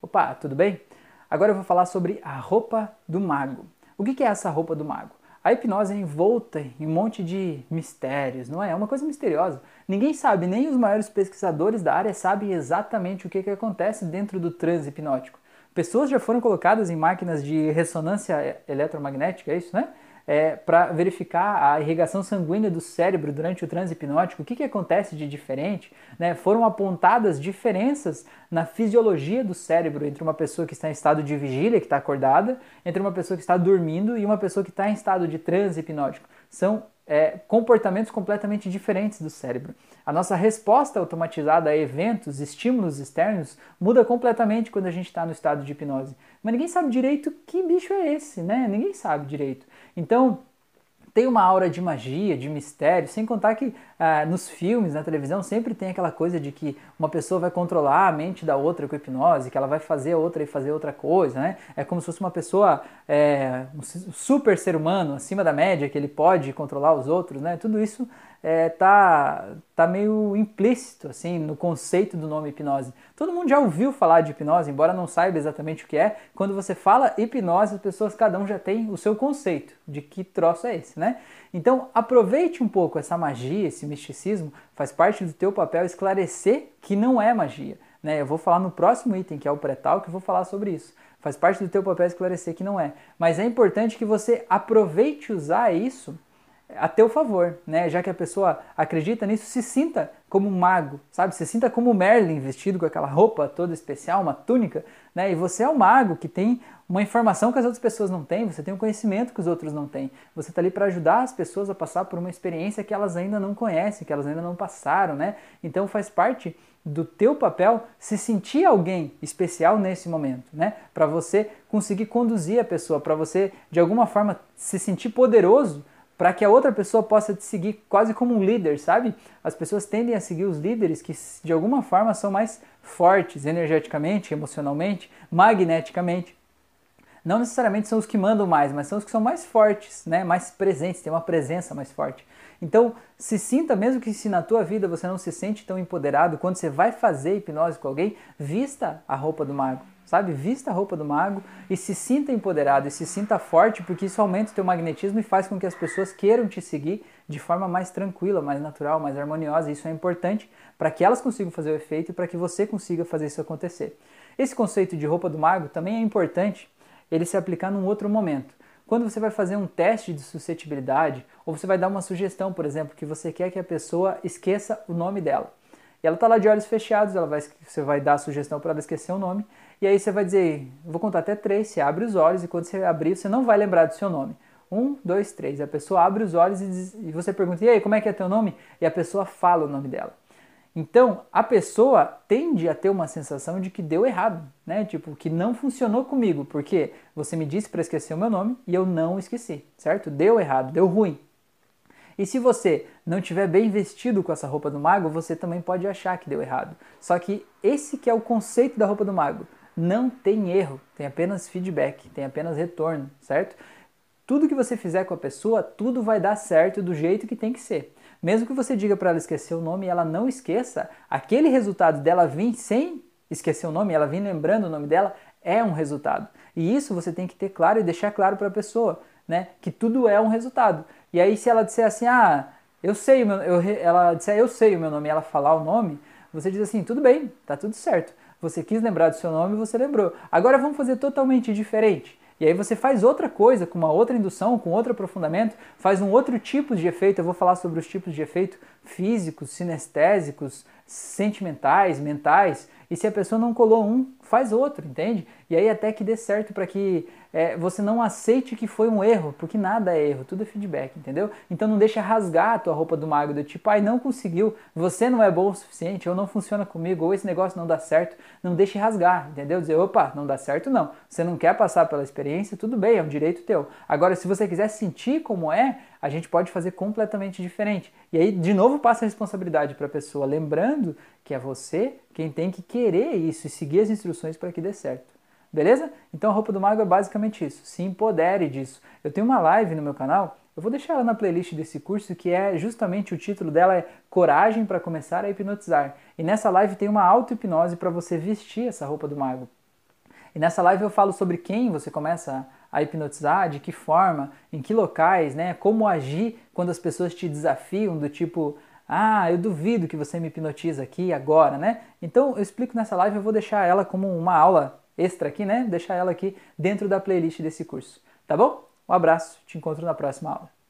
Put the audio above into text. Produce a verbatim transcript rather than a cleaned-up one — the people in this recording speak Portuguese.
Opa, tudo bem? Agora eu vou falar sobre a roupa do mago. O que é essa roupa do mago? A hipnose é envolta em um monte de mistérios, não é? É uma coisa misteriosa. Ninguém sabe, nem os maiores pesquisadores da área sabem exatamente o que, que acontece dentro do transe hipnótico. Pessoas já foram colocadas em máquinas de ressonância eletromagnética, é isso, né? É, para verificar a irrigação sanguínea do cérebro durante o transe hipnótico, o que, que acontece de diferente, né? Foram apontadas diferenças na fisiologia do cérebro entre uma pessoa que está em estado de vigília, que está acordada, entre uma pessoa que está dormindo e uma pessoa que está em estado de transe hipnótico. São é, comportamentos completamente diferentes do cérebro. A nossa resposta automatizada a eventos, estímulos externos, muda completamente quando a gente está no estado de hipnose. Mas ninguém sabe direito que bicho é esse, né? Ninguém sabe direito. Então, tem uma aura de magia, de mistério, sem contar que ah, nos filmes, na televisão, sempre tem aquela coisa de que uma pessoa vai controlar a mente da outra com hipnose, que ela vai fazer a outra e fazer outra coisa, né? É como se fosse uma pessoa, é, um super ser humano, acima da média, que ele pode controlar os outros, né? Tudo isso é, tá, tá meio implícito, assim, no conceito do nome hipnose. Todo mundo já ouviu falar de hipnose, embora não saiba exatamente o que é. Quando você fala hipnose, as pessoas, cada um já tem o seu conceito de que troço é esse, né? Então, aproveite um pouco essa magia, esse misticismo, faz parte do teu papel esclarecer que não é magia, né? Eu vou falar no próximo item, que é o pré-tal, que eu vou falar sobre isso. Faz parte do teu papel esclarecer que não é. Mas é importante que você aproveite usar isso a teu favor, né? Já que a pessoa acredita nisso, se sinta como um mago, sabe? Se sinta como Merlin, vestido com aquela roupa toda especial, uma túnica, né? E você é um mago que tem uma informação que as outras pessoas não têm, você tem um conhecimento que os outros não têm. Você está ali para ajudar as pessoas a passar por uma experiência que elas ainda não conhecem, que elas ainda não passaram, né? Então faz parte do teu papel se sentir alguém especial nesse momento, né? Para você conseguir conduzir a pessoa, para você de alguma forma se sentir poderoso, para que a outra pessoa possa te seguir quase como um líder, sabe? As pessoas tendem a seguir os líderes que de alguma forma são mais fortes energeticamente, emocionalmente, magneticamente. Não necessariamente são os que mandam mais, mas são os que são mais fortes, né? Mais presentes, têm uma presença mais forte. Então, se sinta, mesmo que se na tua vida você não se sente tão empoderado, quando você vai fazer hipnose com alguém, vista a roupa do mago, sabe? Vista a roupa do mago e se sinta empoderado e se sinta forte, porque isso aumenta o teu magnetismo e faz com que as pessoas queiram te seguir de forma mais tranquila, mais natural, mais harmoniosa. Isso é importante para que elas consigam fazer o efeito e para que você consiga fazer isso acontecer. Esse conceito de roupa do mago também é importante ele se aplicar num outro momento. Quando você vai fazer um teste de suscetibilidade, ou você vai dar uma sugestão, por exemplo, que você quer que a pessoa esqueça o nome dela. E ela está lá de olhos fechados, ela vai, você vai dar a sugestão para ela esquecer o nome, e aí você vai dizer, vou contar até três, você abre os olhos, e quando você abrir, você não vai lembrar do seu nome. Um, dois, três. A pessoa abre os olhos e, diz, e você pergunta, e aí, como é que é teu nome? E a pessoa fala o nome dela. Então, a pessoa tende a ter uma sensação de que deu errado, né? Tipo, que não funcionou comigo, porque você me disse para esquecer o meu nome e eu não esqueci, certo? Deu errado, deu ruim. E se você não tiver bem vestido com essa roupa do mago, você também pode achar que deu errado. Só que esse que é o conceito da roupa do mago. Não tem erro, tem apenas feedback, tem apenas retorno, certo? Tudo que você fizer com a pessoa, tudo vai dar certo do jeito que tem que ser. Mesmo que você diga para ela esquecer o nome e ela não esqueça, aquele resultado dela vir sem esquecer o nome, ela vir lembrando o nome dela, é um resultado. E isso você tem que ter claro e deixar claro para a pessoa, né? Que tudo é um resultado. E aí se ela disser assim, ah, eu sei o meu, eu, ela disser eu sei o meu nome e ela falar o nome, você diz assim, tudo bem, tá tudo certo. Você quis lembrar do seu nome e você lembrou. Agora vamos fazer totalmente diferente. E aí você faz outra coisa, com uma outra indução, com outro aprofundamento, faz um outro tipo de efeito. Eu vou falar sobre os tipos de efeito físicos, sinestésicos, sentimentais, mentais. E se a pessoa não colou um, faz outro, entende? E aí até que dê certo para que é, você não aceite que foi um erro, porque nada é erro, tudo é feedback, entendeu? Então não deixa rasgar a tua roupa do mago, do tipo, ai, não conseguiu, você não é bom o suficiente, ou não funciona comigo, ou esse negócio não dá certo. Não deixe rasgar, entendeu? Dizer, opa, não dá certo não. Você não quer passar pela experiência, tudo bem, é um direito teu. Agora, se você quiser sentir como é, a gente pode fazer completamente diferente. E aí, de novo, passa a responsabilidade para a pessoa, lembrando que é você quem tem que querer isso e seguir as instruções para que dê certo. Beleza? Então a roupa do mago é basicamente isso. Se empodere disso. Eu tenho uma live no meu canal, eu vou deixar ela na playlist desse curso, que é justamente o título dela é Coragem para começar a hipnotizar. E nessa live tem uma auto-hipnose para você vestir essa roupa do mago. E nessa live eu falo sobre quem você começa a hipnotizar, de que forma, em que locais, né? Como agir quando as pessoas te desafiam, do tipo, ah, eu duvido que você me hipnotiza aqui agora, né? Então eu explico nessa live, eu vou deixar ela como uma aula extra aqui, né? Deixar ela aqui dentro da playlist desse curso, tá bom? Um abraço, te encontro na próxima aula.